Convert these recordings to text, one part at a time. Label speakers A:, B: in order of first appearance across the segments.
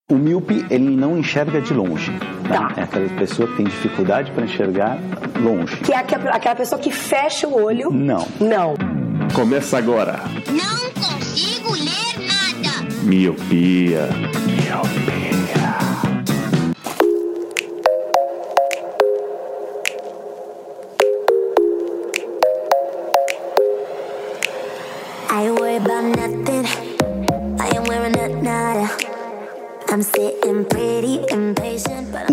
A: O míope, ele não enxerga de longe. Né?
B: Tá.
A: É aquela pessoa que tem dificuldade para enxergar longe.
B: Que é aquela pessoa que fecha o olho.
A: Não.
C: Começa agora.
D: Não consigo ler nada.
C: Miopia.
E: I worry about nothing. I am wearing a nada. I'm sitting pretty impatient, but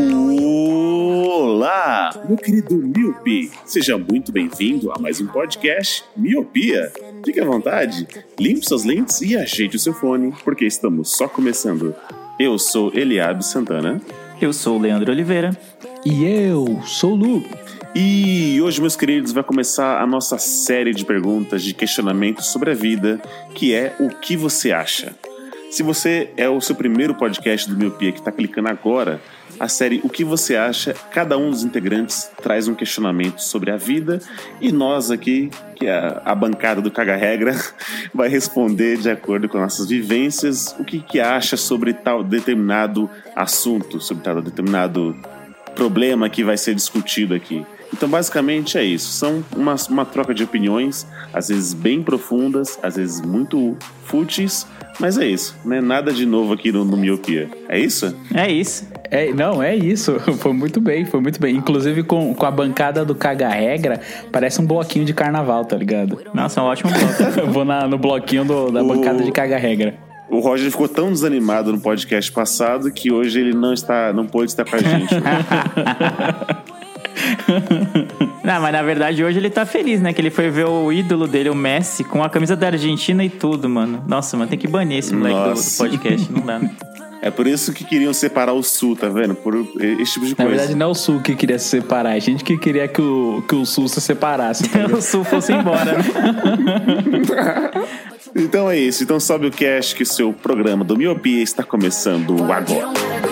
C: Olá, meu querido Míope. Seja muito bem-vindo a mais um podcast Miopia. Fique à vontade, limpe suas lentes e ajeite o seu fone, porque estamos só começando. Eu sou Eliabe Santana.
F: Eu sou o Leandro Oliveira.
G: E eu sou o Lu.
C: E hoje, meus queridos, vai começar a nossa série de perguntas, de questionamentos sobre a vida, que é o que você acha? Se você é o seu primeiro podcast do Miopia que está clicando agora, a série O que você acha, cada um dos integrantes traz um questionamento sobre a vida e nós aqui, que é a bancada do Caga Regra, vai responder de acordo com nossas vivências o que acha sobre tal determinado assunto, sobre tal determinado problema que vai ser discutido aqui. Então, basicamente é isso. São uma troca de opiniões, às vezes bem profundas, às vezes muito fúteis, mas é isso, né? Nada de novo aqui no Miopia. É isso?
F: É isso.
G: É isso. Foi muito bem. Inclusive com a bancada do Caga Regra, parece um bloquinho de carnaval, tá ligado?
F: Nossa, é um ótimo bloco.
G: Eu vou no bloquinho da bancada de Caga Regra.
C: O Roger ficou tão desanimado no podcast passado que hoje ele não pôde estar com a gente.
F: Não, mas na verdade hoje ele tá feliz, né? Que ele foi ver o ídolo dele, o Messi, com a camisa da Argentina e tudo, mano. Nossa, mano, tem que banir esse moleque do podcast, não dá, né?
C: É por isso que queriam separar o Sul, tá vendo? Por esse tipo de coisa.
G: Na verdade não é o Sul que queria se separar, é a gente que queria que o Sul se separasse. Tá
F: o Sul fosse embora, né?
C: Então é isso, então sobe o cast que o seu programa do Miopia está começando agora.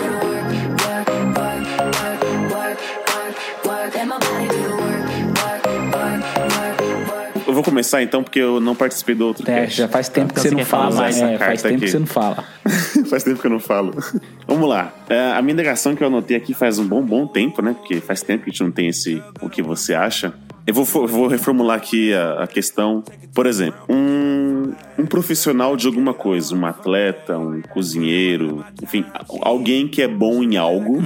C: Eu vou começar então, porque eu não participei do outro cast.
G: Já faz tempo que você não fala mais. Faz tempo que você não fala.
C: Faz tempo que eu não falo. Vamos lá. A minha indagação que eu anotei aqui faz um bom tempo, né? Porque faz tempo que a gente não tem esse o que você acha. Eu vou reformular aqui a questão. Por exemplo, um profissional de alguma coisa, um atleta, um cozinheiro, enfim, alguém que é bom em algo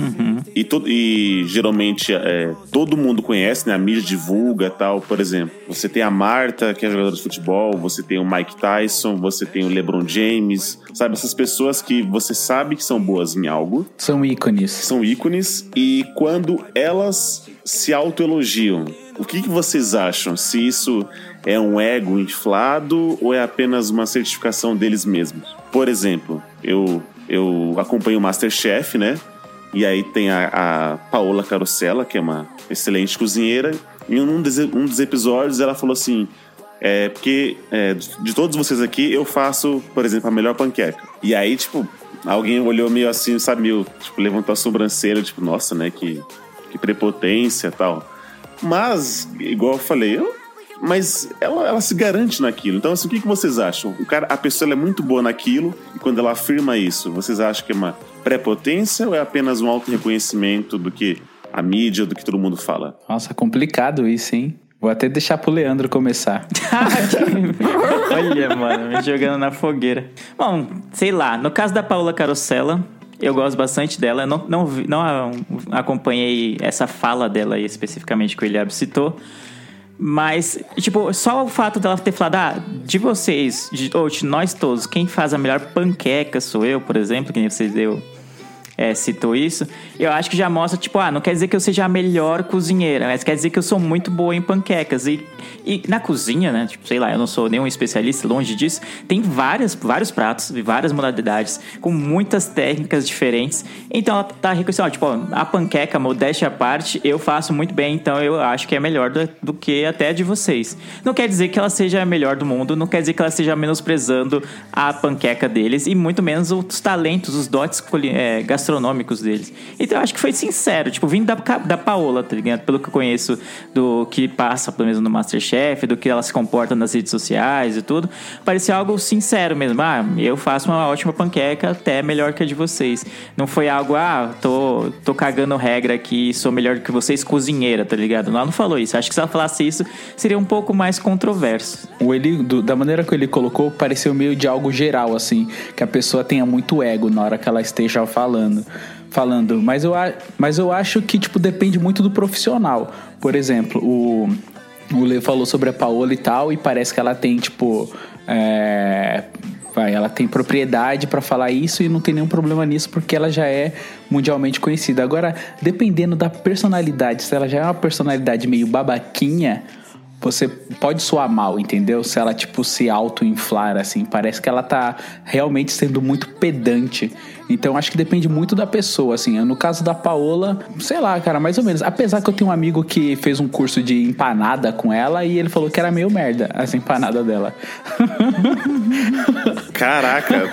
C: e geralmente todo mundo conhece, né? A mídia divulga e tal. Por exemplo, você tem a Marta, que é jogadora de futebol, você tem o Mike Tyson, você tem o LeBron James, sabe? Essas pessoas que você sabe que são boas em algo.
G: São ícones.
C: São ícones e quando elas se autoelogiam, o que vocês acham? Se isso é um ego inflado ou é apenas uma certificação deles mesmos? Por exemplo, eu acompanho o MasterChef, né? E aí tem a Paola Carosella, que é uma excelente cozinheira. E um dos episódios ela falou assim... porque de todos vocês aqui, eu faço, por exemplo, a melhor panqueca. E aí, tipo, alguém olhou meio assim, sabe? Meio, tipo, levantou a sobrancelha, tipo, nossa, né? Que prepotência e tal. Mas, igual eu falei, mas ela se garante naquilo. Então, assim, o que vocês acham? A pessoa ela é muito boa naquilo e quando ela afirma isso, vocês acham que é uma prepotência ou é apenas um auto-reconhecimento do que a mídia, do que todo mundo fala?
G: Nossa, complicado isso, hein? Vou até deixar pro Leandro começar.
F: Olha, mano, me jogando na fogueira. Bom, sei lá, no caso da Paola Carosella, eu gosto bastante dela. Eu não acompanhei essa fala dela aí especificamente que o Eliabe citou. Mas, tipo, só o fato dela ter falado, de vocês, de nós todos, quem faz a melhor panqueca sou eu, por exemplo, que nem vocês citou isso, eu acho que já mostra, tipo, não quer dizer que eu seja a melhor cozinheira, mas quer dizer que eu sou muito boa em panquecas. E na cozinha, né, tipo, sei lá, eu não sou nenhum especialista, longe disso, tem vários pratos e várias modalidades, com muitas técnicas diferentes. Então ela tá reconhecendo, tipo, a panqueca, modéstia à parte, eu faço muito bem, então eu acho que é melhor do que até a de vocês. Não quer dizer que ela seja a melhor do mundo, não quer dizer que ela esteja menosprezando a panqueca deles, e muito menos os talentos, os dotes gastronômicos astronômicos deles. Então eu acho que foi sincero, tipo, vindo da Paola, tá ligado? Pelo que eu conheço do que passa, pelo menos no MasterChef, do que ela se comporta nas redes sociais e tudo, parecia algo sincero mesmo. Eu faço uma ótima panqueca, até melhor que a de vocês. Não foi algo, tô cagando regra aqui, sou melhor que vocês, cozinheira, tá ligado? Ela não falou isso. Acho que se ela falasse isso, seria um pouco mais controverso.
G: Da maneira que ele colocou, pareceu meio de algo geral, assim, que a pessoa tenha muito ego na hora que ela esteja falando. Mas eu acho que, tipo, depende muito do profissional. Por exemplo, o Leo falou sobre a Paola e tal, e parece que ela tem, tipo... ela tem propriedade pra falar isso e não tem nenhum problema nisso porque ela já é mundialmente conhecida. Agora, dependendo da personalidade, se ela já é uma personalidade meio babaquinha, você pode soar mal, entendeu? Se ela, tipo, se auto-inflar, assim, parece que ela tá realmente sendo muito pedante. Então, acho que depende muito da pessoa, assim. No caso da Paola, sei lá, cara, mais ou menos. Apesar que eu tenho um amigo que fez um curso de empanada com ela e ele falou que era meio merda, essa empanada dela.
C: Caraca!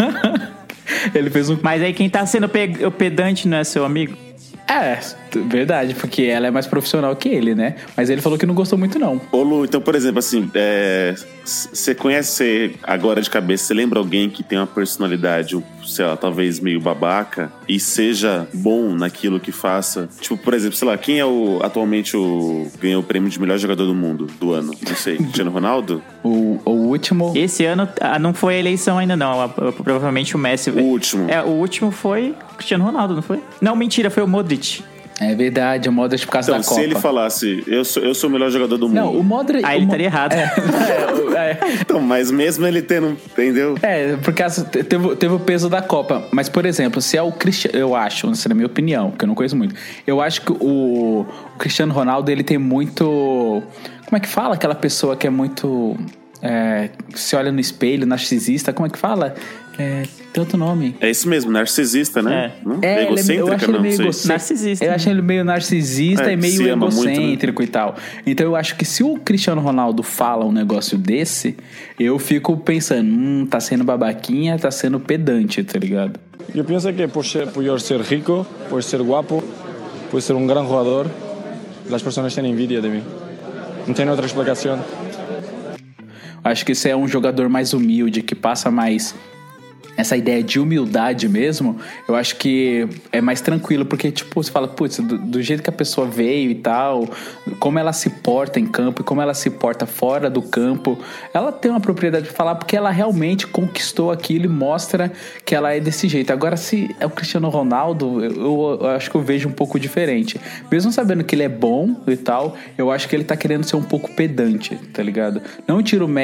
G: Ele fez um...
F: Mas aí quem tá sendo o pedante não é seu amigo?
G: Verdade, porque ela é mais profissional que ele, né? Mas ele falou que não gostou muito, não.
C: Ô Lu, então, por exemplo, assim, você conhece agora de cabeça, você lembra alguém que tem uma personalidade, sei lá, talvez meio babaca e seja bom naquilo que faça? Tipo, por exemplo, sei lá, quem é atualmente ganhou o prêmio de melhor jogador do mundo do ano? Não sei, Cristiano Ronaldo?
G: O último...
F: Esse ano não foi a eleição ainda, não. Provavelmente o Messi...
C: O último.
F: O último foi Cristiano Ronaldo, não foi? Não, mentira, foi o Modric.
G: É verdade, o Modric por causa da Copa.
C: Então, se ele falasse, eu sou o melhor jogador do mundo...
G: Não, o Modric...
F: Aí ele estaria errado.
C: Então, mas mesmo ele tendo, entendeu?
G: Porque teve o peso da Copa. Mas, por exemplo, se é o Cristiano... Eu acho, essa é a minha opinião, porque eu não conheço muito. Eu acho que o Cristiano Ronaldo, ele tem muito... Como é que fala? Aquela pessoa que é muito... se olha no espelho, narcisista, como é que fala? Tanto nome.
C: É isso mesmo, narcisista, né?
G: Eu acho ele meio
F: narcisista.
G: Eu acho ele meio narcisista e meio egocêntrico, muito, né? E tal. Então eu acho que se o Cristiano Ronaldo fala um negócio desse, eu fico pensando, tá sendo babaquinha, tá sendo pedante, tá ligado?
H: Eu penso que por eu ser rico, por ser guapo, por ser um grande jogador, as pessoas têm envidia de mim. Não tem outra explicação.
G: Acho que esse é um jogador mais humilde, que passa mais essa ideia de humildade mesmo. Eu acho que é mais tranquilo, porque tipo, você fala, putz, do jeito que a pessoa veio e tal, como ela se porta em campo e como ela se porta fora do campo, ela tem uma propriedade de falar, porque ela realmente conquistou aquilo e mostra que ela é desse jeito. Agora, se é o Cristiano Ronaldo, eu acho que eu vejo um pouco diferente. Mesmo sabendo que ele é bom e tal, eu acho que ele tá querendo ser um pouco pedante, tá ligado? Não tiro o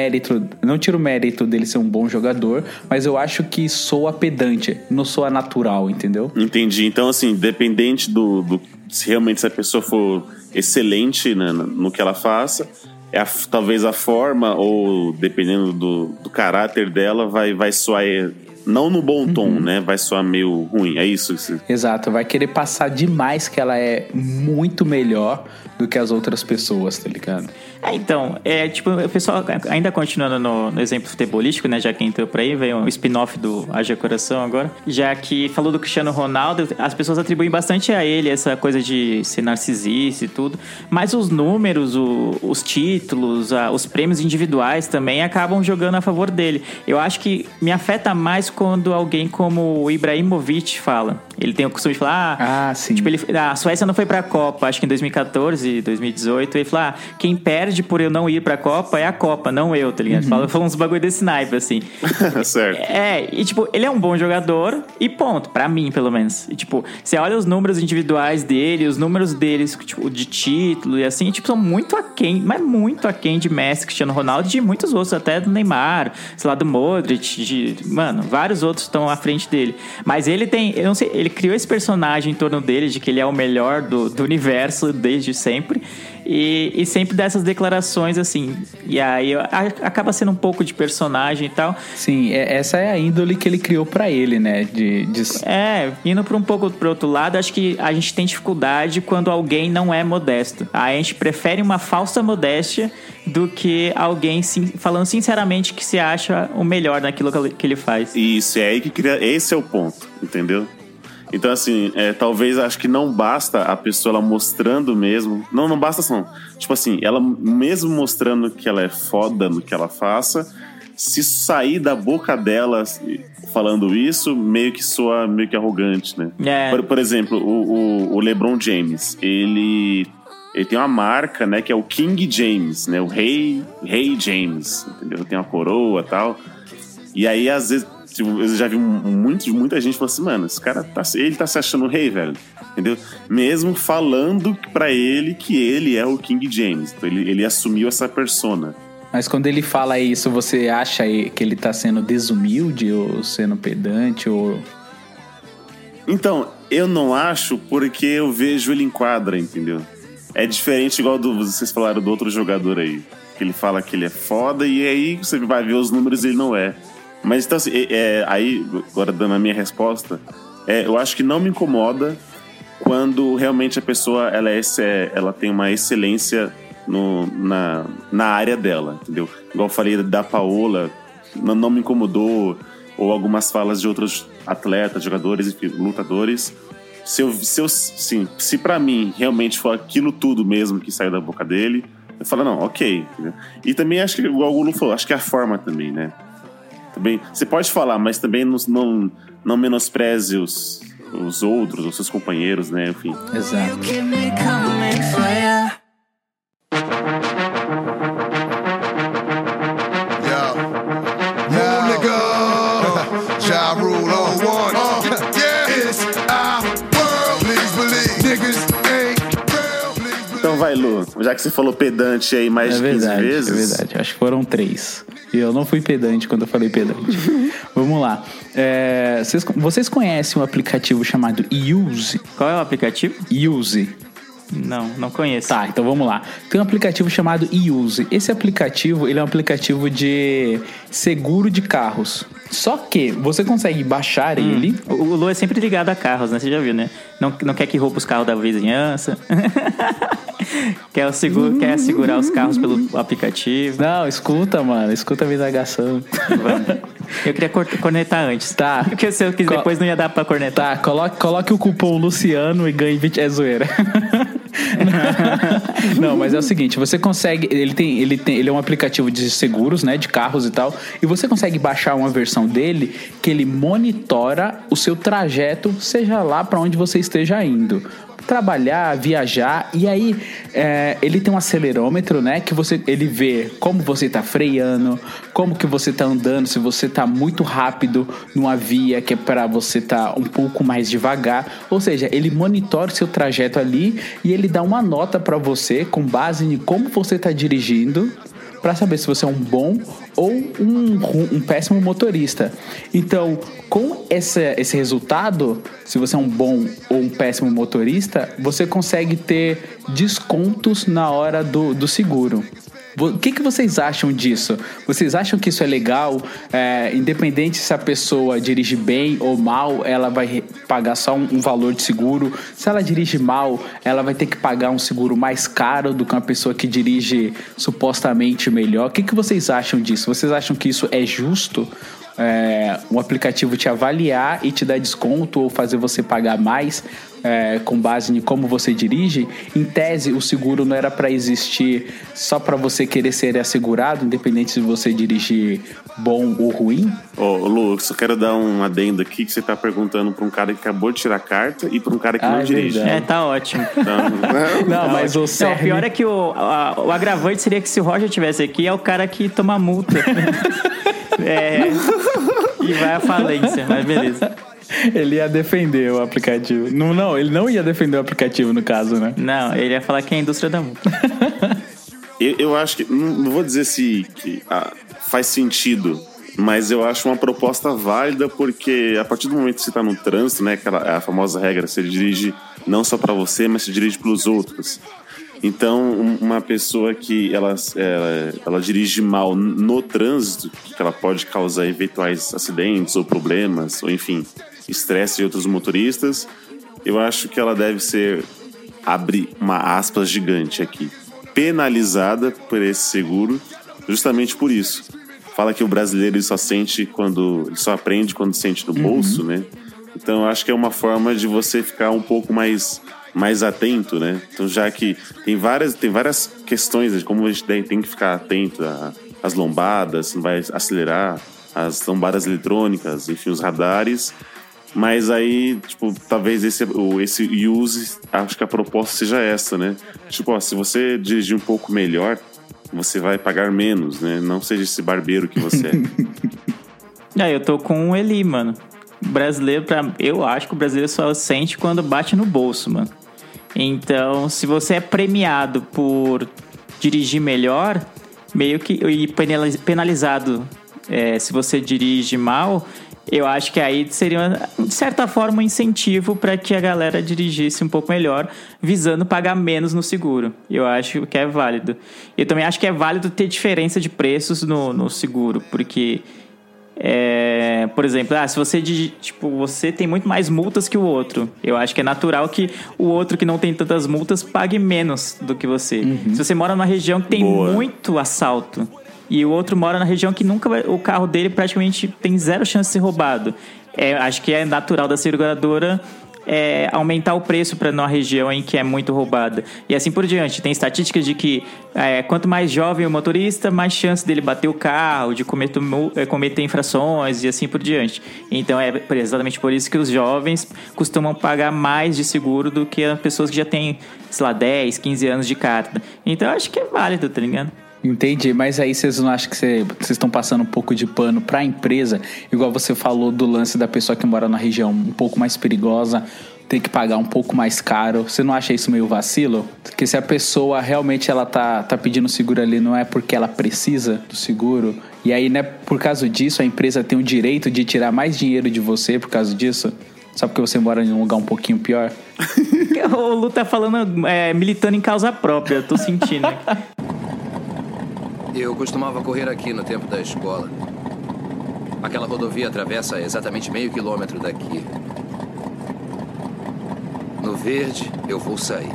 G: mérito dele ser um bom jogador, mas eu acho que soa pedante, não soa natural, entendeu?
C: Entendi. Então, assim, dependente se realmente essa pessoa for excelente, né, no que ela faça, talvez a forma, ou dependendo do caráter dela, vai soar... Não no bom tom, né? Vai soar meio ruim, é isso?
G: Exato, vai querer passar demais que ela é muito melhor do que as outras pessoas, tá ligado?
F: Então, tipo, o pessoal, ainda continuando no exemplo futebolístico, né, já que entrou por aí, veio um spin-off do Haja Coração agora, já que falou do Cristiano Ronaldo, as pessoas atribuem bastante a ele essa coisa de ser narcisista e tudo, mas os números, os títulos, os prêmios individuais também acabam jogando a favor dele. Eu acho que me afeta mais quando alguém como o Ibrahimovic fala. Ele tem o costume de falar,
G: sim.
F: Tipo, a Suécia não foi pra Copa, acho que em 2014, 2018, ele fala, quem perde por eu não ir pra Copa é a Copa, não eu, tá ligado? Fala uns bagulho desse naipe, assim.
C: Certo.
F: E tipo, ele é um bom jogador e ponto, pra mim, pelo menos. E tipo, você olha os números individuais dele, os números deles, tipo, de título e assim, tipo, são muito aquém, mas muito aquém de Messi, Cristiano Ronaldo e de muitos outros, até do Neymar, sei lá, do Modric, vários outros estão à frente dele. Mas ele tem, eu não sei, ele criou esse personagem em torno dele, de que ele é o melhor do universo desde sempre. E sempre dessas declarações assim. E aí acaba sendo um pouco de personagem e tal.
G: Sim, essa é a índole que ele criou pra ele, né?
F: Indo pra um pouco pro outro lado, acho que a gente tem dificuldade quando alguém não é modesto. A gente prefere uma falsa modéstia do que alguém falando sinceramente que se acha o melhor naquilo que ele faz.
C: Isso, é aí que esse é o ponto, entendeu? Então, assim, talvez acho que não basta a pessoa ela mostrando mesmo. Não basta só. Tipo assim, ela mesmo mostrando que ela é foda no que ela faça, se sair da boca dela falando isso, meio que soa meio que arrogante, né? Por exemplo, o LeBron James, ele tem uma marca, né, que é o King James, né? O Rei James, entendeu? Tem uma coroa e tal. E aí, às vezes, tipo, eu já vi muita gente falando assim, mano, esse cara ele tá se achando rei, velho. Entendeu? Mesmo falando pra ele que ele é o King James. Então ele assumiu essa persona.
G: Mas quando ele fala isso, você acha que ele tá sendo desumilde ou sendo pedante ou...
C: Então, eu não acho, porque eu vejo ele em quadra, entendeu? É diferente igual vocês falaram do outro jogador aí. Que ele fala que ele é foda e aí você vai ver os números e ele não é. Mas então, assim, aí, agora dando a minha resposta, eu acho que não me incomoda quando realmente a pessoa ela tem uma excelência na área dela, entendeu? Igual eu falei da Paola, não me incomodou, ou algumas falas de outros atletas, jogadores, enfim, lutadores. Se pra mim realmente for aquilo tudo mesmo que saiu da boca dele, eu falo, não, ok. Entendeu? E também acho que, igual o Gulu falou, acho que é a forma também, né? Também, você pode falar, mas também não menospreze os outros, os seus companheiros, né? Enfim.
G: Exato.
C: Então vai, Lu, já que você falou pedante aí mais de 15 vezes.
G: É verdade, acho que foram 3. E eu não fui pedante quando eu falei pedante. Vamos lá. Vocês conhecem um aplicativo chamado Yuzi?
F: Qual é o aplicativo?
G: Yuzi.
F: Não conheço.
G: Tá, então vamos lá. Tem um aplicativo chamado Yuzi. Esse aplicativo, ele é um aplicativo de seguro de carros. Só que você consegue baixar ele...
F: O Lu é sempre ligado a carros, né? Você já viu, né? Não quer que roupe os carros da vizinhança. quer segurar os carros pelo aplicativo.
G: Não, escuta, mano. Escuta a indagação.
F: Eu queria cornetar antes.
G: Tá.
F: Porque se eu quiser depois não ia dar pra cornetar.
G: Tá, coloque o cupom Luciano e ganhe 20... É zoeira. Não, mas é o seguinte, você consegue... Ele é um aplicativo de seguros, né? De carros e tal. E você consegue baixar uma versão dele que ele monitora o seu trajeto, seja lá pra onde você esteja indo. Trabalhar, viajar, e aí ele tem um acelerômetro, né, que ele vê como você tá freando, como que você tá andando, se você tá muito rápido numa via que é para você tá um pouco mais devagar, ou seja, ele monitora o seu trajeto ali e ele dá uma nota para você com base em como você tá dirigindo, para saber se você é um bom ou um péssimo motorista. Então, com esse resultado, se você é um bom ou um péssimo motorista, você consegue ter descontos na hora do seguro. O que vocês acham disso? Vocês acham que isso é legal? Independente se a pessoa dirige bem ou mal, ela vai pagar só um valor de seguro. Se ela dirige mal, ela vai ter que pagar um seguro mais caro do que uma pessoa que dirige supostamente melhor. O que vocês acham disso? Vocês acham que isso é justo? Um aplicativo te avaliar e te dar desconto ou fazer você pagar mais com base em como você dirige? Em tese, o seguro não era para existir só para você querer ser assegurado, independente se você dirigir bom ou ruim?
C: Lu, só quero dar um adendo aqui, que você tá perguntando para um cara que acabou de tirar a carta e para um cara que não dirige.
F: Tá ótimo.
G: Não, mas o
F: o pior é que o agravante seria que se o Roger tivesse aqui, é o cara que toma multa. E vai à falência, mas beleza.
G: Ele ia defender o aplicativo. Não, ele não ia defender o aplicativo no caso, né?
F: Não, ele ia falar que é a indústria da multa.
C: Eu acho que, não vou dizer se faz sentido, mas eu acho uma proposta válida, porque a partir do momento que você está no trânsito, né, a famosa regra, você dirige não só para você, mas você dirige para os outros. Então, uma pessoa que ela dirige mal no trânsito, que ela pode causar eventuais acidentes ou problemas, ou enfim, estresse de outros motoristas, eu acho que ela deve ser, abre uma aspas gigante aqui, penalizada por esse seguro, justamente por isso. Fala que o brasileiro ele só aprende quando sente no bolso, né? Então eu acho que é uma forma de você ficar um pouco mais atento, né? Então já que tem várias questões de como a gente tem que ficar atento às lombadas, não vai acelerar, as lombadas eletrônicas, enfim, os radares. Mas aí, tipo, talvez esse use, acho que a proposta seja essa, né? Tipo, ó, se você dirigir um pouco melhor, você vai pagar menos, né? Não seja esse barbeiro que você é.
F: Eu tô com o Eli, mano. Brasileiro, eu acho que o brasileiro só sente quando bate no bolso, mano. Então, se você é premiado por dirigir melhor, meio que e penalizado se você dirige mal, eu acho que aí seria, de certa forma, um incentivo para que a galera dirigisse um pouco melhor, visando pagar menos no seguro. Eu acho que é válido. Eu também acho que é válido ter diferença de preços no seguro, porque... por exemplo, se você tem muito mais multas que o outro, eu acho que é natural que o outro que não tem tantas multas pague menos do que você. Se você mora numa região que tem muito assalto e o outro mora na região que o carro dele praticamente tem zero chance de ser roubado, acho que é natural da seguradora aumentar o preço para uma região em que é muito roubada. E assim por diante. Tem estatísticas de que quanto mais jovem o motorista, mais chance dele bater o carro, de cometer infrações e assim por diante. Então é exatamente por isso que os jovens costumam pagar mais de seguro do que as pessoas que já têm, sei lá, 10, 15 anos de carta. Então eu acho que é válido, tá ligado?
G: Entendi, mas aí vocês não acham que vocês estão passando um pouco de pano pra empresa? Igual você falou do lance da pessoa que mora na região um pouco mais perigosa, ter que pagar um pouco mais caro. Você não acha isso meio vacilo? Porque se a pessoa realmente ela tá pedindo seguro ali, não é porque ela precisa do seguro, e aí, né, por causa disso, a empresa tem o direito de tirar mais dinheiro de você por causa disso? Só porque você mora em um lugar um pouquinho pior?
F: O Lu tá falando, militando em causa própria, eu tô sentindo.
I: Eu costumava correr aqui no tempo da escola. Aquela rodovia atravessa exatamente meio quilômetro daqui. No verde, eu vou sair.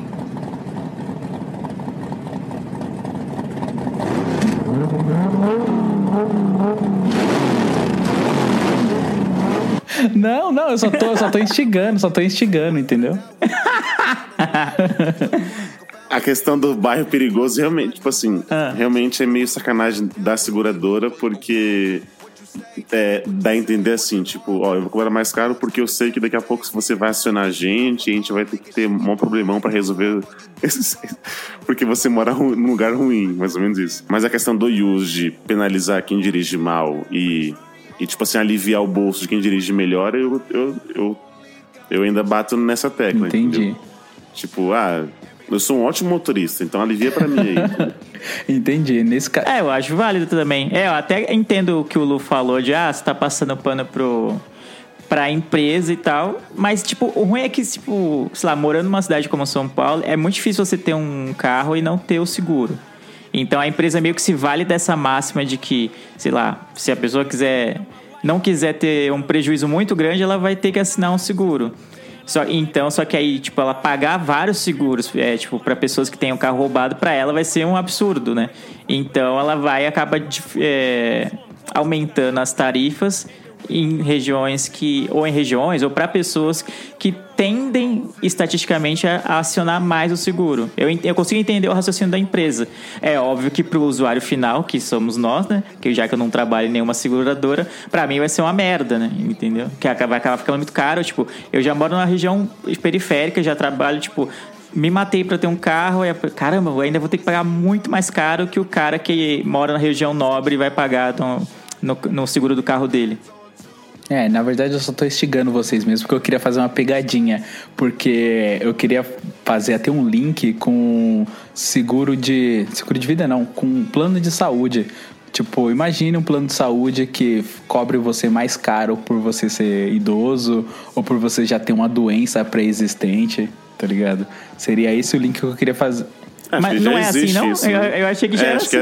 G: Não, eu só tô instigando, entendeu?
C: A questão do bairro perigoso, realmente, tipo assim, realmente é meio sacanagem da seguradora, porque dá a entender assim, tipo, ó, eu vou cobrar mais caro porque eu sei que daqui a pouco você vai acionar a gente vai ter que ter um problemão pra resolver porque você mora num lugar ruim, mais ou menos isso. Mas a questão do use, de penalizar quem dirige mal e tipo assim, aliviar o bolso de quem dirige melhor, eu ainda bato nessa tecla.
G: Entendi.
C: Entendeu? Tipo, eu sou um ótimo motorista, então alivia pra mim aí.
G: Entendi. Nesse caso...
F: eu acho válido também. Eu até entendo o que o Lu falou de, você tá passando pano pra empresa e tal, mas, tipo, o ruim é que, tipo, sei lá, morando numa cidade como São Paulo, é muito difícil você ter um carro e não ter o seguro. Então a empresa meio que se vale dessa máxima de que, sei lá, se a pessoa não quiser ter um prejuízo muito grande, ela vai ter que assinar um seguro. Só que aí, tipo, ela pagar vários seguros, tipo, para pessoas que têm um carro roubado, para ela vai ser um absurdo, né? Então ela acaba aumentando as tarifas em regiões ou para pessoas que tendem estatisticamente a acionar mais o seguro. Eu consigo entender o raciocínio da empresa. É óbvio que pro usuário final, que somos nós, né? Que já que eu não trabalho em nenhuma seguradora, pra mim vai ser uma merda, né? Entendeu? Que vai acabar ficando muito caro. Tipo, eu já moro numa região periférica, já trabalho, tipo, me matei pra ter um carro, caramba, eu ainda vou ter que pagar muito mais caro que o cara que mora na região nobre e vai pagar no seguro do carro dele.
G: Na verdade eu só tô instigando vocês mesmo, porque eu queria fazer uma pegadinha, porque eu queria fazer até um link com seguro de vida não, com plano de saúde. Tipo, imagine um plano de saúde que cobre você mais caro por você ser idoso ou por você já ter uma doença pré-existente, tá ligado? Seria esse o link que eu queria fazer.
F: Mas não é assim, não?
C: Isso, né?
F: Eu achei que já era assim.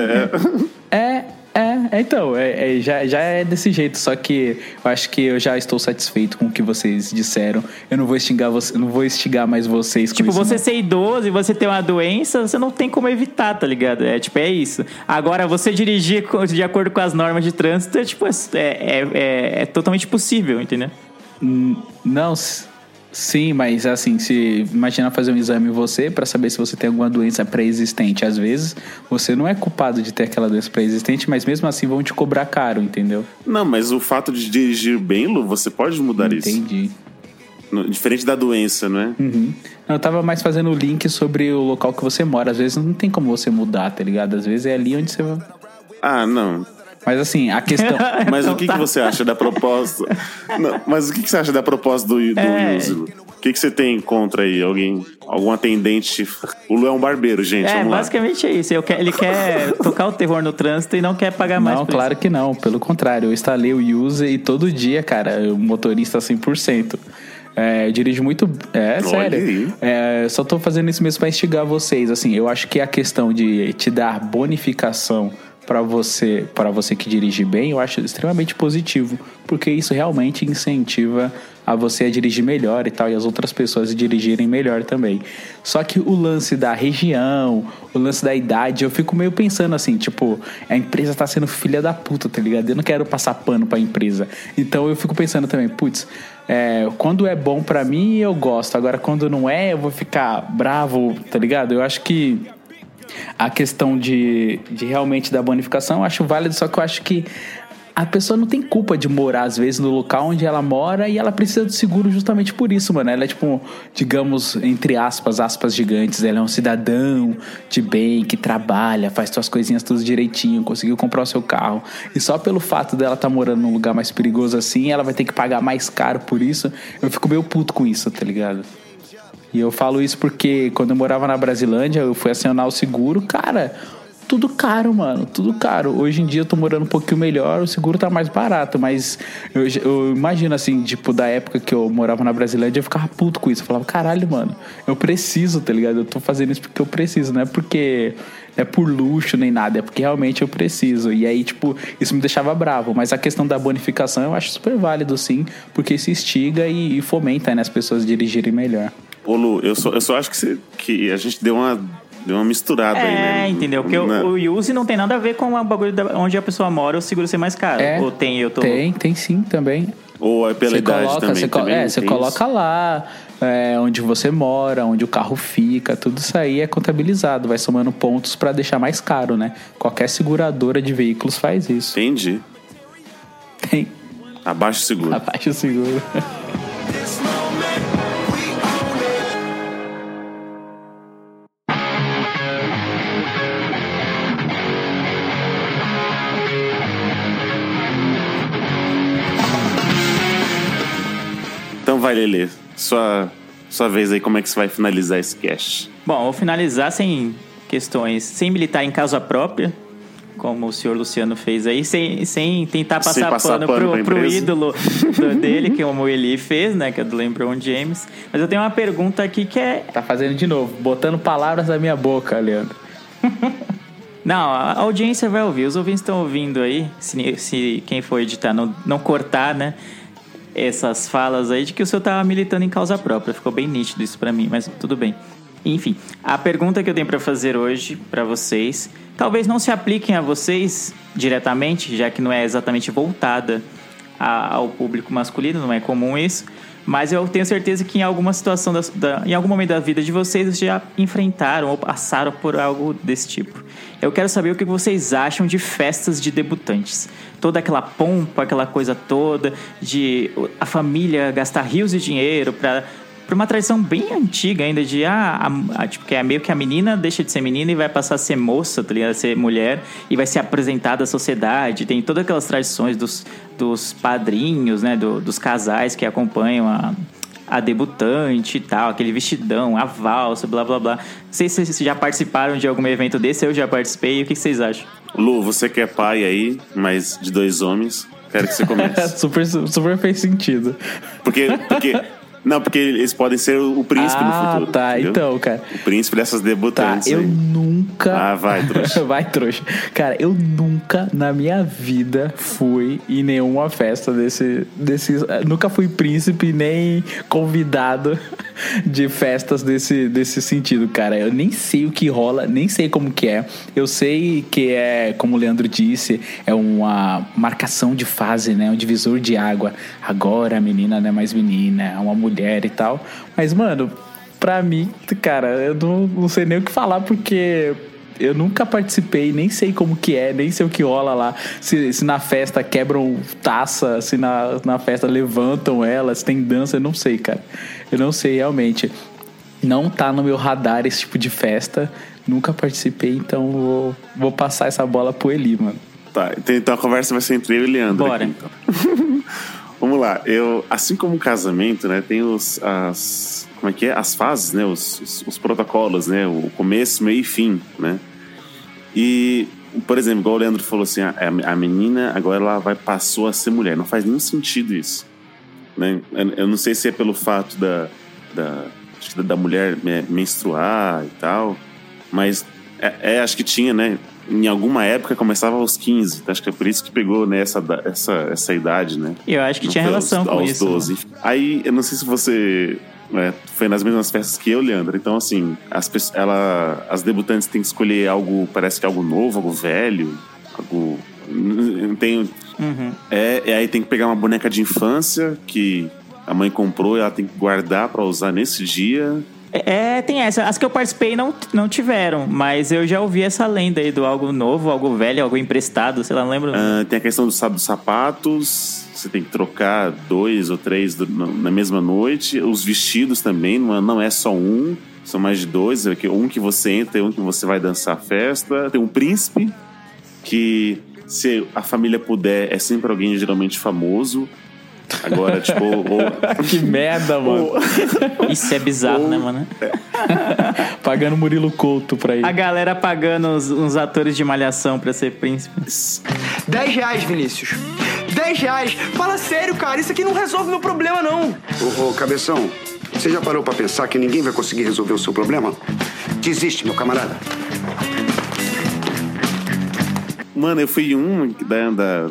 G: Então, já é desse jeito, só que eu acho que eu já estou satisfeito com o que vocês disseram. Eu não vou instigar mais vocês com
F: tipo,
G: isso.
F: Você ser idoso e você ter uma doença, você não tem como evitar, tá ligado? É isso. Agora, você dirigir de acordo com as normas de trânsito é totalmente possível, entendeu?
G: Não, sim, mas assim, se imagina fazer um exame em você pra saber se você tem alguma doença pré-existente. Às vezes, você não é culpado de ter aquela doença pré-existente, mas mesmo assim vão te cobrar caro, entendeu?
C: Não, mas o fato de dirigir bem, Lu, você pode mudar isso.
G: Entendi.
C: Diferente da doença, não é?
G: Uhum. Eu tava mais fazendo o link sobre o local que você mora. Às vezes não tem como você mudar, tá ligado? Às vezes é ali onde você vai...
C: Ah, não.
G: Mas assim, a questão...
C: Mas o que você acha da proposta? Não, mas o que você acha da proposta do Yuzi? O que você tem contra aí? Algum atendente? O Lu é um barbeiro, gente.
F: Basicamente é isso. Ele quer tocar o terror no trânsito e não quer pagar mais.
G: Não, claro que não. Pelo contrário, eu instalei o Yuzi e todo dia, cara, o motorista 100%. Eu dirijo muito... sério. Só tô fazendo isso mesmo pra instigar vocês. Assim, eu acho que a questão de te dar bonificação para você que dirige bem, eu acho extremamente positivo, porque isso realmente incentiva a você a dirigir melhor e tal, e as outras pessoas a dirigirem melhor também. Só que o lance da região, o lance da idade, eu fico meio pensando assim, tipo, a empresa tá sendo filha da puta, tá ligado? Eu não quero passar pano pra empresa. Então eu fico pensando também, putz, quando é bom pra mim, eu gosto. Agora, quando não é, eu vou ficar bravo, tá ligado? Eu acho que a questão de realmente da bonificação eu acho válido, só que eu acho que a pessoa não tem culpa de morar, às vezes, no local onde ela mora, e ela precisa do seguro justamente por isso, mano. Ela é tipo, digamos, entre aspas gigantes, ela é um cidadão de bem, que trabalha, faz suas coisinhas tudo direitinho, conseguiu comprar o seu carro, e só pelo fato dela estar morando num lugar mais perigoso assim, ela vai ter que pagar mais caro por isso. Eu fico meio puto com isso, tá ligado? E eu falo isso porque quando eu morava na Brasilândia, eu fui acionar o seguro, cara, tudo caro, mano, tudo caro. Hoje em dia eu tô morando um pouquinho melhor, o seguro tá mais barato, mas eu imagino assim, tipo, da época que eu morava na Brasilândia, eu ficava puto com isso. Eu falava, caralho, mano, eu preciso, tá ligado? Eu tô fazendo isso porque eu preciso, não é porque é por luxo nem nada, é porque realmente eu preciso. E aí, tipo, isso me deixava bravo. Mas a questão da bonificação eu acho super válido, sim, porque isso instiga e fomenta, né, as pessoas a dirigirem melhor.
C: Ô Lu, eu só acho que a gente deu uma misturada aí, né?
F: Entendeu? Porque o Yuzi não tem nada a ver com o bagulho onde a pessoa mora, o seguro ser mais caro. Ou tem, eu tô...
G: Tem sim também.
C: Ou é pela idade também.
G: Você coloca lá onde você mora, onde o carro fica, tudo isso aí é contabilizado, vai somando pontos pra deixar mais caro, né? Qualquer seguradora de veículos faz isso.
C: Entendi.
G: Tem.
C: Abaixa o seguro.
G: Abaixa o seguro.
C: Então vai, Lelê, sua vez aí, como é que você vai finalizar esse cast?
F: Bom, vou finalizar sem militar em causa própria, como o senhor Luciano fez aí, sem tentar passar pano pro ídolo dele, que é o Eli fez, né, que é do LeBron James. Mas eu tenho uma pergunta aqui que é...
G: Tá fazendo de novo, botando palavras na minha boca, Leandro.
F: Não, a audiência vai ouvir, os ouvintes estão ouvindo aí, se quem for editar não cortar, né, essas falas aí de que o senhor tava militando em causa própria. Ficou bem nítido isso pra mim, mas tudo bem. Enfim, a pergunta que eu tenho pra fazer hoje pra vocês, talvez não se apliquem a vocês diretamente, já que não é exatamente voltada ao público masculino, não é comum isso, mas eu tenho certeza que em alguma situação, em algum momento da vida de vocês já enfrentaram ou passaram por algo desse tipo. Eu quero saber o que vocês acham de festas de debutantes. Toda aquela pompa, aquela coisa toda, de a família gastar rios de dinheiro para uma tradição bem antiga ainda de tipo, que é meio que a menina deixa de ser menina e vai passar a ser moça, tá ligado? A ser mulher e vai ser apresentada à sociedade. Tem todas aquelas tradições dos padrinhos, né? Dos casais que acompanham a debutante e tal, aquele vestidão, a valsa, blá blá blá. Não sei se vocês já participaram de algum evento desse, eu já participei. O que vocês acham?
C: Lu, você que é pai aí, mas de 2 homens, quero que você comece.
G: super fez sentido.
C: Porque eles podem ser o príncipe no futuro.
G: Tá, entendeu? Então, cara.
C: O príncipe dessas debutantes.
G: Tá, eu nunca...
C: vai, trouxa.
G: Vai, trouxa. Cara, eu nunca na minha vida fui em nenhuma festa desse... Nunca fui príncipe, nem convidado de festas desse sentido, cara. Eu nem sei o que rola, nem sei como que é. Eu sei que é, como o Leandro disse, é uma marcação de fase, né? Um divisor de água. Agora a menina não é mais menina, é uma mulher e tal. Mas, mano, pra mim, cara, eu não sei nem o que falar, porque eu nunca participei, nem sei como que é, nem sei o que rola lá. Se na festa quebram taça, se na festa levantam ela, se tem dança, eu não sei, cara. Eu não sei, realmente. Não tá no meu radar esse tipo de festa. Nunca participei, então vou passar essa bola pro Eli, mano.
C: Tá, então a conversa vai ser entre eu e o Leandro.
F: Bora.
C: Aqui, então. Vamos lá. Assim como o casamento, né, tem como é que é? As fases, né? Os protocolos, né? O começo, meio e fim, né? E, por exemplo, igual o Leandro falou assim, a menina agora ela passou a ser mulher. Não faz nenhum sentido isso, né? Eu não sei se é pelo fato da mulher menstruar e tal, mas acho que tinha, né? Em alguma época começava aos 15. Acho que é por isso que pegou, né, essa idade, né?
F: Eu acho que não tinha relação com isso.
C: Aos 12. Né? Aí, eu não sei se você foi nas mesmas festas que eu, Leandro. Então, assim, as debutantes têm que escolher algo, parece que algo novo, algo velho, algo... Não tenho...
F: Uhum.
C: Aí tem que pegar uma boneca de infância que a mãe comprou e ela tem que guardar pra usar nesse dia...
F: Tem essa. As que eu participei não tiveram, mas eu já ouvi essa lenda aí do algo novo, algo velho, algo emprestado, sei lá, não lembro.
C: Tem a questão dos sapatos, você tem que trocar 2 ou 3 na mesma noite. Os vestidos também, não é só um, são mais de 2. Um que você entra e um que você vai dançar a festa. Tem um príncipe, que se a família puder, é sempre alguém geralmente famoso. Agora, tipo...
G: Que merda, mano.
F: Isso é bizarro, né, mano?
G: Pagando Murilo Couto pra ir.
F: A galera pagando uns atores de malhação pra ser príncipe.
J: R$10, Vinícius. R$10. Fala sério, cara. Isso aqui não resolve meu problema, não.
K: Ô, Cabeção, você já parou pra pensar que ninguém vai conseguir resolver o seu problema? Desiste, meu camarada.
C: Mano, eu fui da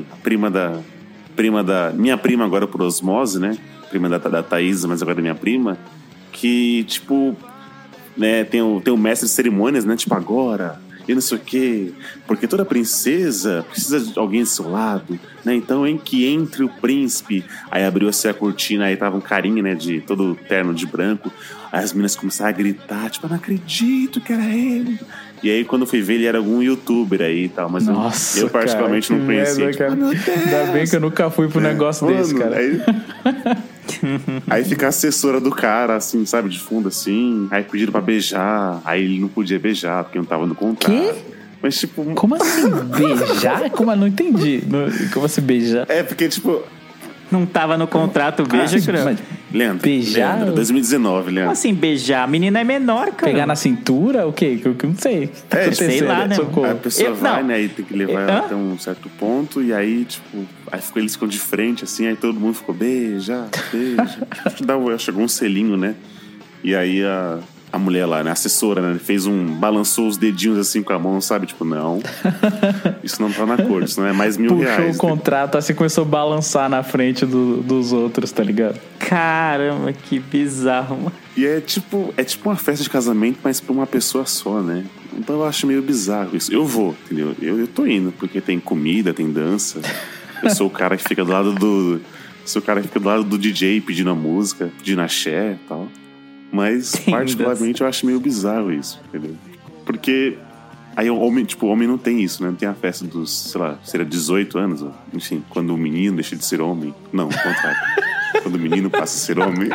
C: minha prima agora por osmose, né? Prima da Thaís, mas agora é minha prima. Que, tipo, né, tem o mestre de cerimônias, né? Tipo, agora, e não sei o quê. Porque toda princesa precisa de alguém do seu lado, né? Então, que entre o príncipe. Aí abriu-se a cortina, aí tava um carinha, né? De todo terno de branco. Aí as meninas começaram a gritar, tipo, eu não acredito que era ele. E aí, quando eu fui ver, ele era algum youtuber aí e tal. Mas
G: nossa,
C: eu particularmente
G: cara,
C: não conhecia.
G: Merda, tipo, ainda bem que eu nunca fui pro negócio desse, cara.
C: Aí fica a assessora do cara, assim, sabe, de fundo, assim. Aí pediram pra beijar. Aí ele não podia beijar, porque não tava no contrato.
G: Quê?
C: Mas, tipo...
G: Como assim, beijar? Como eu não entendi. Como assim, beijar?
C: Porque, tipo...
F: Não tava no contrato, beija, cara.
C: Leandro,
G: beijar?
C: Leandro, 2019, Leandro.
F: Como assim, beijar? A menina é menor, cara.
G: Pegar na cintura? O quê? Eu não sei.
F: Sei lá, né?
C: Aí a pessoa vai, né? Aí tem que levar ela até um certo ponto. E aí, tipo... Aí eles ficam de frente, assim. Aí todo mundo ficou, beija. Chegou um selinho, né? E aí a mulher lá, né? A assessora, né? Balançou os dedinhos assim com a mão, sabe? Tipo, não. Isso não tá na cor, isso não é mais R$1.000.
G: Puxou o contrato, assim começou a balançar na frente dos outros, tá ligado?
F: Caramba, que bizarro, mano.
C: E é tipo uma festa de casamento, mas pra uma pessoa só, né? Então eu acho meio bizarro isso. Eu vou, entendeu? Eu tô indo, porque tem comida, tem dança. Eu sou o cara que fica do lado do DJ pedindo a música, pedindo axé e tal. Mas, particularmente, eu acho meio bizarro isso, entendeu? Porque aí o homem não tem isso, né? Não tem a festa dos, sei lá, seria 18 anos, ó. Enfim, quando o menino deixa de ser homem. Não, ao contrário. Quando o menino passa a ser homem.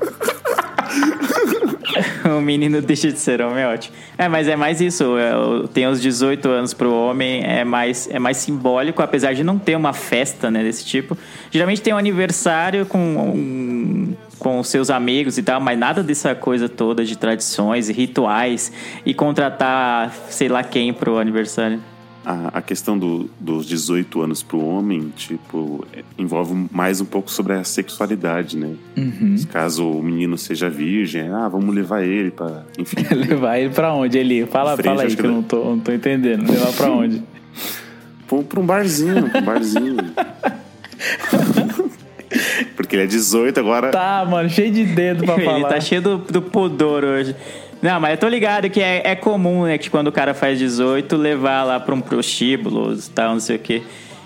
F: O menino deixa de ser homem, é ótimo. Mas é mais isso. Tem os 18 anos pro homem, é mais simbólico, apesar de não ter uma festa, né, desse tipo. Geralmente tem um aniversário com os seus amigos e tal, mas nada dessa coisa toda de tradições e rituais e contratar sei lá quem pro aniversário.
C: A questão dos 18 anos pro homem, tipo, envolve mais um pouco sobre a sexualidade, né?
G: Uhum.
C: Caso o menino seja virgem, vamos levar ele pra... Enfim.
G: Levar ele pra onde, Eli? Fala aí que eu não tô entendendo. Levar pra onde?
C: Pra um barzinho, porque ele é 18 agora.
G: Tá, mano, cheio de dedo pra falar.
F: Ele tá cheio do pudor hoje. Não, mas eu tô ligado que é comum, né, que quando o cara faz 18, levar lá pra um prostíbulo e tal, não sei o quê.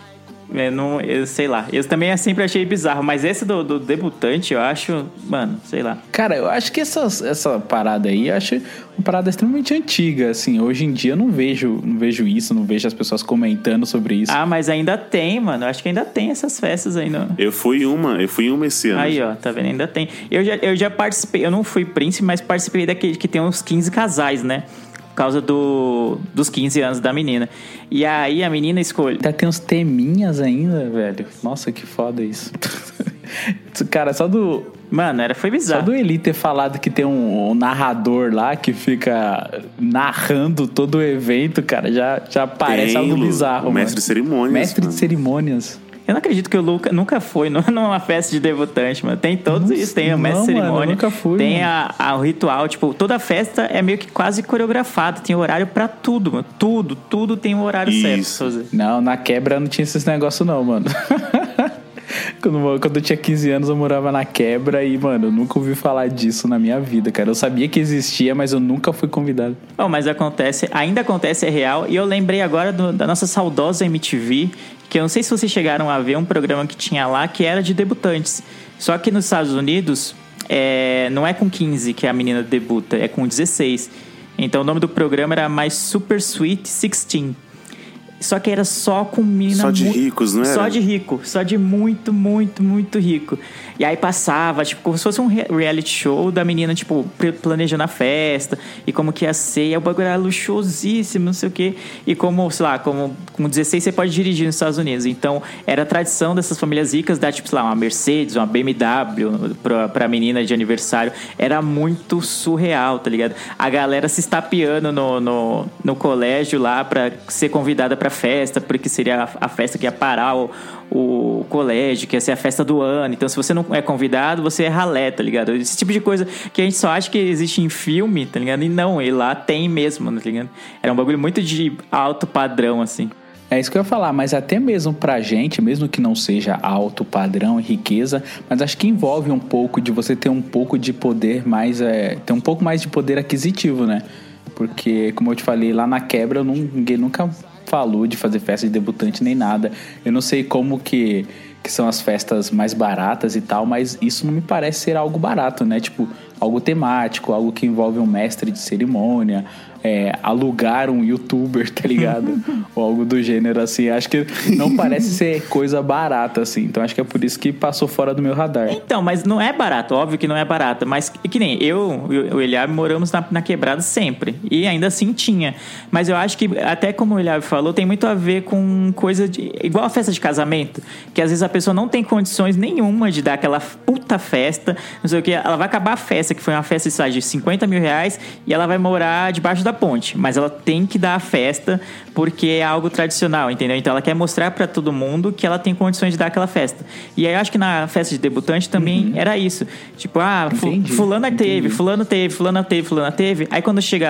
F: Eu sei lá. Eu também sempre achei bizarro. Mas esse do debutante, eu acho... Mano, sei lá.
G: Cara, eu acho que essa parada aí, eu acho uma parada extremamente antiga, assim. Hoje em dia eu não vejo isso, não vejo as pessoas comentando sobre isso.
F: Ah, mas ainda tem, mano. Eu acho que ainda tem essas festas ainda.
C: Eu fui em uma esse ano.
F: Aí, ó, tá vendo? Ainda tem. Eu já participei, eu não fui príncipe, mas participei daquele que tem uns 15 casais, né? Por causa dos 15 anos da menina. E aí a menina escolhe.
G: Tem uns teminhas ainda, velho. Nossa, que foda isso. Cara, só do...
F: Mano, foi bizarro.
G: Só do Eli ter falado que tem um narrador lá que fica narrando todo o evento, cara, já parece algo bizarro.
C: O mestre de cerimônias.
G: Mestre de cerimônias.
F: Eu não acredito que o Luca nunca foi numa festa de debutante, mano. Tem todos isso, tem o mestre de cerimônia.
G: Mano, eu nunca fui,
F: tem o ritual, tipo, toda festa é meio que quase coreografada, tem horário pra tudo, mano. Tudo tem um horário certo.
G: Não, na quebra não tinha esses negócios não, mano. Quando eu tinha 15 anos eu morava na quebra e, mano, eu nunca ouvi falar disso na minha vida, cara. Eu sabia que existia, mas eu nunca fui convidado.
F: Bom, mas ainda acontece, é real. E eu lembrei agora da nossa saudosa MTV, que eu não sei se vocês chegaram a ver um programa que tinha lá, que era de debutantes. Só que nos Estados Unidos, não é com 15 que a menina debuta, é com 16. Então o nome do programa era My Super Sweet 16. Só que era só com menina...
C: Só de ricos, não era?
F: Só de rico. Só de muito, muito, muito rico. E aí passava, tipo, como se fosse um reality show da menina, tipo, planejando a festa. E como que ia ser. E o bagulho era luxuosíssimo, não sei o quê. E como, sei lá, como com 16 você pode dirigir nos Estados Unidos. Então, era a tradição dessas famílias ricas dar, tipo, sei lá, uma Mercedes, uma BMW pra menina de aniversário. Era muito surreal, tá ligado? A galera se estapeando no colégio lá pra ser convidada pra festa, porque seria a festa que ia parar o colégio, que ia ser a festa do ano. Então, se você não é convidado, você é ralé, tá ligado? Esse tipo de coisa que a gente só acha que existe em filme, tá ligado? E não, e lá tem mesmo, tá ligado? Era um bagulho muito de alto padrão, assim.
G: É isso que eu ia falar, mas até mesmo pra gente, mesmo que não seja alto padrão e riqueza, mas acho que envolve um pouco de você ter um pouco de poder mais... ter um pouco mais de poder aquisitivo, né? Porque, como eu te falei, lá na quebra, ninguém nunca falou de fazer festa de debutante nem nada. Eu não sei como que são as festas mais baratas e tal, mas isso não me parece ser algo barato, né? Tipo, algo temático, algo que envolve um mestre de cerimônia, alugar um youtuber, tá ligado? Ou algo do gênero, assim. Acho que não parece ser coisa barata, assim. Então acho que é por isso que passou fora do meu radar.
F: Então, mas não é barato, óbvio que não é barato. Mas que nem eu e o Eliabe moramos na quebrada sempre. E ainda assim tinha. Mas eu acho que, até como o Eliabe falou, tem muito a ver com coisa de... Igual a festa de casamento, que às vezes a pessoa não tem condições nenhuma de dar aquela puta festa, não sei o que. Ela vai acabar a festa, que foi uma festa de 50 mil reais, e ela vai morar debaixo da ponte, mas ela tem que dar a festa porque é algo tradicional, entendeu? Então ela quer mostrar pra todo mundo que ela tem condições de dar aquela festa. E aí eu acho que na festa de debutante também era isso. Tipo, fulana teve, fulano teve, fulana teve, fulana teve. Aí quando chega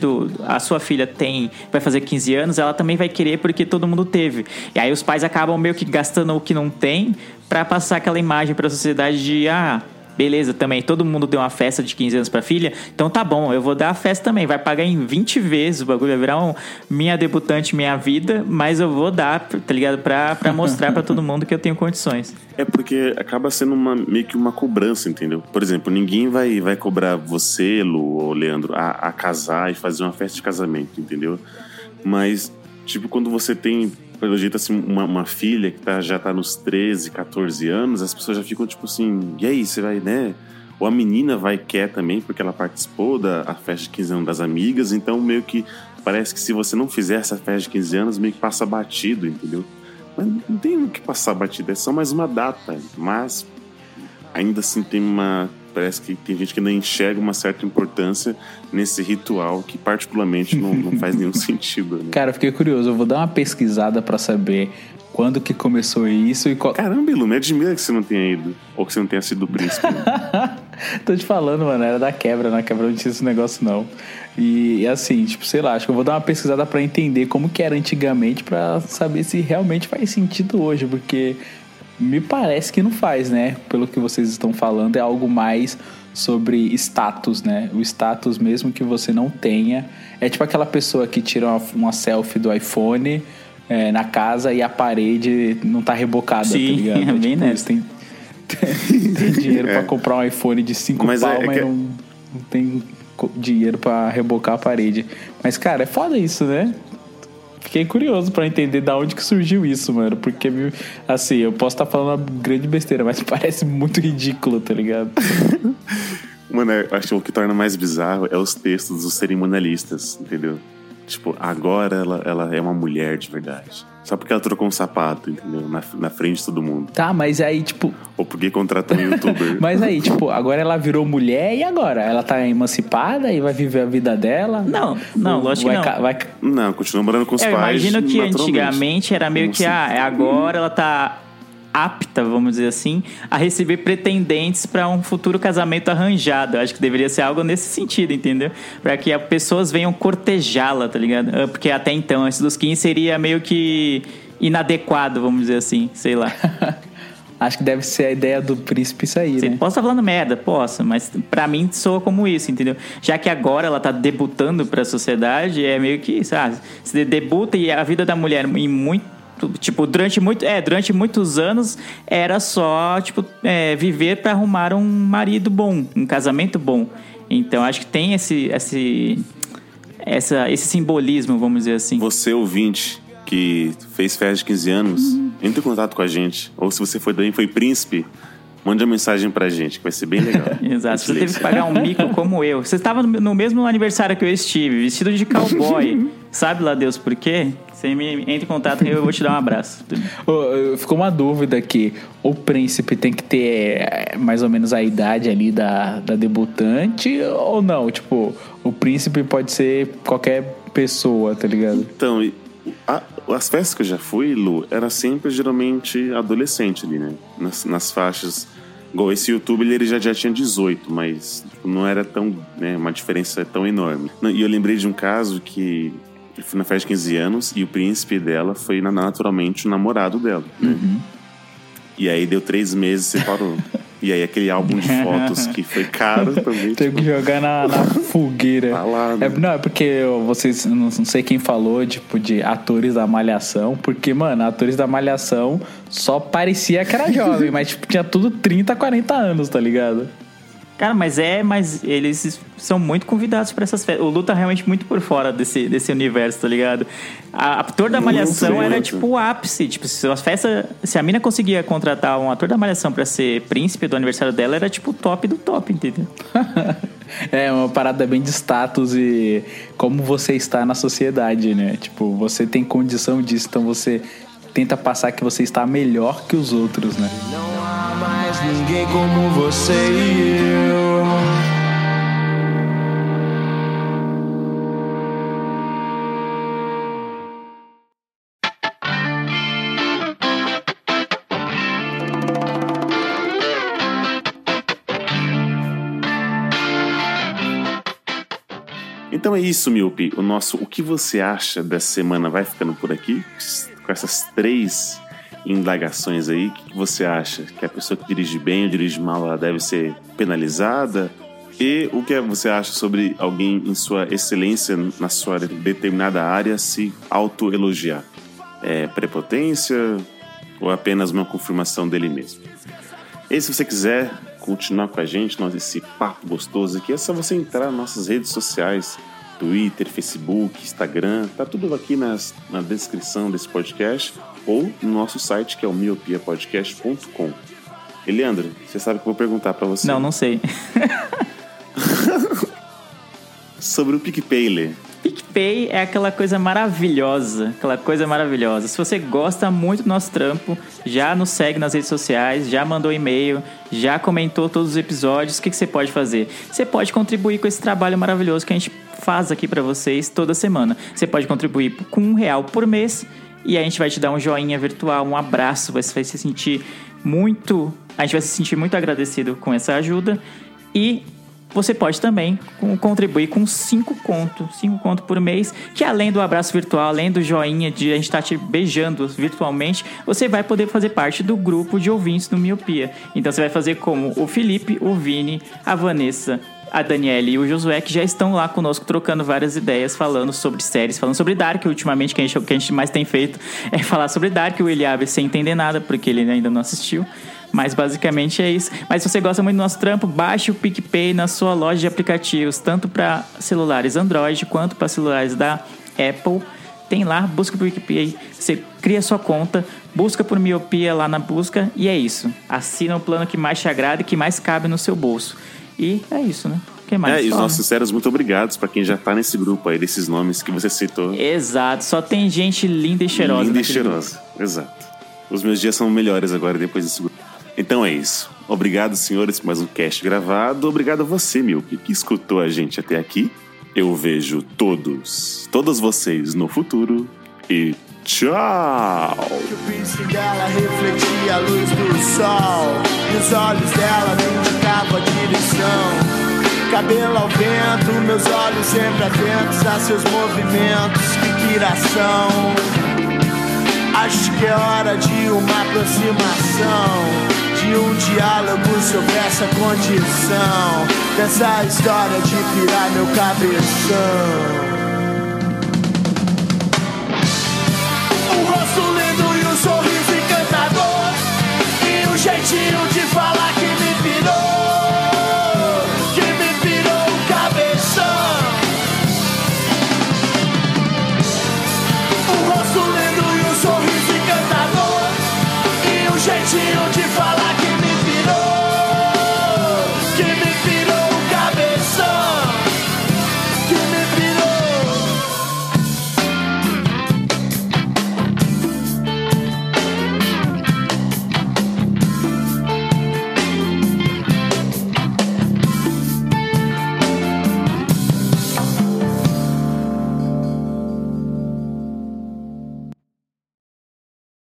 F: a sua filha vai fazer 15 anos, ela também vai querer porque todo mundo teve. E aí os pais acabam meio que gastando o que não tem pra passar aquela imagem pra sociedade de, beleza, também, todo mundo deu uma festa de 15 anos pra filha, então tá bom, eu vou dar a festa também, vai pagar em 20 vezes, o bagulho vai virar minha debutante, minha vida, mas eu vou dar, tá ligado, pra mostrar pra todo mundo que eu tenho condições.
C: É porque acaba sendo meio que uma cobrança, entendeu? Por exemplo, ninguém vai cobrar você, Lu ou Leandro, a casar e fazer uma festa de casamento, entendeu? Mas, tipo, quando você tem... pelo jeito, assim, uma filha que já tá nos 13, 14 anos, as pessoas já ficam tipo assim, e aí, você vai, né? Ou a menina quer também, porque ela participou da festa de 15 anos das amigas, então meio que parece que se você não fizer essa festa de 15 anos, meio que passa batido, entendeu? Mas não tem o que passar batido, é só mais uma data, mas ainda assim parece que tem gente que ainda enxerga uma certa importância nesse ritual que particularmente não faz nenhum sentido, né?
G: Cara, eu fiquei curioso, eu vou dar uma pesquisada pra saber quando que começou isso e qual...
C: Caramba, Ilu, me admira que você não tenha ido, ou que você não tenha sido príncipe.
G: Tô te falando, mano, era da quebra, na quebra não tinha esse negócio não. E assim, tipo, sei lá, acho que eu vou dar uma pesquisada pra entender como que era antigamente, pra saber se realmente faz sentido hoje, porque... me parece que não faz, né? Pelo que vocês estão falando, é algo mais sobre status, né? O status mesmo que você não tenha. É tipo aquela pessoa que tira uma selfie do iPhone na casa e a parede não tá rebocada,
F: sim,
G: tá ligado?
F: É bem
G: tipo, tem dinheiro pra comprar um iPhone de 5 pau, mas não tem dinheiro pra rebocar a parede. Mas, cara, é foda isso, né? Fiquei curioso pra entender da onde que surgiu isso, mano. Porque, assim, eu posso estar falando uma grande besteira, mas parece muito ridículo, tá ligado?
C: Mano, eu acho que o que torna mais bizarro é os textos dos cerimonialistas, entendeu? Tipo, agora ela é uma mulher de verdade. Só porque ela trocou um sapato, entendeu? Na frente de todo mundo.
G: Tá, mas aí, tipo...
C: Ou porque contratou um youtuber.
G: Mas aí, tipo, agora ela virou mulher e agora? Ela tá emancipada e vai viver a vida dela?
F: Não, lógico que não.
C: Não, continua morando com os pais.
F: Eu imagino que antigamente era meio que, agora ela tá apta, vamos dizer assim, a receber pretendentes para um futuro casamento arranjado. Eu acho que deveria ser algo nesse sentido, entendeu? Para que as pessoas venham cortejá-la, tá ligado? Porque até então, antes dos 15 seria meio que inadequado, vamos dizer assim, sei lá.
G: Acho que deve ser a ideia do príncipe isso aí, né?
F: Posso estar falando merda? Posso, mas pra mim soa como isso, entendeu? Já que agora ela tá debutando pra sociedade, é meio que, sabe? Se debuta e a vida da mulher em muito... Tipo, durante muitos anos era só, tipo, viver pra arrumar um marido bom, um casamento bom. Então, acho que tem esse simbolismo, vamos dizer assim.
C: Você, ouvinte, que fez festa de 15 anos, entre em contato com a gente. Ou se você foi príncipe, mande uma mensagem pra gente, que vai ser bem legal.
F: Exato, você teve que pagar um mico como eu. Você estava no mesmo aniversário que eu estive, vestido de cowboy. Sabe lá Deus por quê? Você entre em contato e eu vou te dar um abraço.
G: Ficou uma dúvida aqui. O príncipe tem que ter mais ou menos a idade ali da debutante ou não? Tipo, o príncipe pode ser qualquer pessoa, tá ligado?
C: Então, as festas que eu já fui, Lu, era sempre geralmente adolescente ali, né? Nas faixas. Igual esse YouTube, ele já tinha 18, mas não era tão, né, uma diferença tão enorme. E eu lembrei de um caso que eu fui na festa de 15 anos e o príncipe dela foi naturalmente o namorado dela, né?
G: Uhum.
C: E aí deu 3 meses e separou. E aí aquele álbum de fotos que foi caro também.
G: Teve que jogar na fogueira.
C: Tá lá, né?
G: Não, é porque vocês, não sei quem falou, tipo, de atores da Malhação, porque, mano, atores da Malhação só parecia que era jovem, mas tipo, tinha tudo 30, 40 anos, tá ligado?
F: Cara, mas eles são muito convidados pra essas festas. O Lu tá realmente muito por fora desse universo, tá ligado? A ator da Malhação era tipo o ápice. Tipo, se a mina conseguia contratar um ator da Malhação pra ser príncipe do aniversário dela, era tipo o top do top, entendeu?
G: É uma parada bem de status e como você está na sociedade, né? Tipo, você tem condição disso, então você tenta passar que você está melhor que os outros, né?
L: Não há mais ninguém como você e eu.
C: Então é isso, Miopi. O que você acha dessa semana vai ficando por aqui? Com essas 3 indagações aí, o que você acha? Que a pessoa que dirige bem ou dirige mal, ela deve ser penalizada? E o que você acha sobre alguém em sua excelência, na sua determinada área, se autoelogiar? É prepotência ou apenas uma confirmação dele mesmo? E se você quiser continuar com a gente, esse papo gostoso aqui, é só você entrar nas nossas redes sociais, Twitter, Facebook, Instagram, tá tudo aqui na descrição desse podcast ou no nosso site, que é o miopiapodcast.com. E Leandro, você sabe que eu vou perguntar pra você.
F: Não sei.
C: Sobre o PicPay, Lê.
F: PicPay é aquela coisa maravilhosa. Se você gosta muito do nosso trampo, já nos segue nas redes sociais, já mandou e-mail, já comentou todos os episódios, o que você pode fazer? Você pode contribuir com esse trabalho maravilhoso que a gente faz aqui pra vocês toda semana. Você pode contribuir com R$1 por mês e a gente vai te dar um joinha virtual, um abraço, a gente vai se sentir muito agradecido com essa ajuda. E você pode também contribuir com 5 conto por mês, que além do abraço virtual, além do joinha de a gente estar te beijando virtualmente, você vai poder fazer parte do grupo de ouvintes do Miopia. Então você vai fazer como o Felipe, o Vini, a Vanessa, a Daniele e o Josué, que já estão lá conosco trocando várias ideias, falando sobre séries, falando sobre Dark. Ultimamente, o que a gente mais tem feito é falar sobre Dark. O Eliabe sem entender nada, porque ele ainda não assistiu. Mas basicamente é isso. Mas se você gosta muito do nosso trampo, baixe o PicPay na sua loja de aplicativos, tanto para celulares Android quanto para celulares da Apple. Tem lá, busca por PicPay, você cria sua conta, busca por Miopia lá na busca e é isso. Assina o plano que mais te agrada e que mais cabe no seu bolso. E é isso, né? O que mais?
C: E os nossos sinceros muito obrigados pra quem já tá nesse grupo aí, desses nomes que você citou.
F: Exato, só tem gente linda e cheirosa.
C: Linda e cheirosa, grupo. Exato. Os meus dias são melhores agora depois desse grupo. Então é isso. Obrigado, senhores, por mais um cast gravado. Obrigado a você, Milk, que escutou a gente até aqui. Eu vejo todas vocês no futuro. E tchau!
L: O piercing dela refletia a luz do sol, e os olhos dela me indicavam a direção. Cabelo ao vento, meus olhos sempre atentos a seus movimentos, que piração. Acho que é hora de uma aproximação, de um diálogo sobre essa condição, dessa história de pirar meu cabeção. Um rosto lindo e um sorriso encantador, e um jeitinho de falar que me pirou o cabeção. Um rosto lindo e um sorriso encantador, e um jeitinho de falar que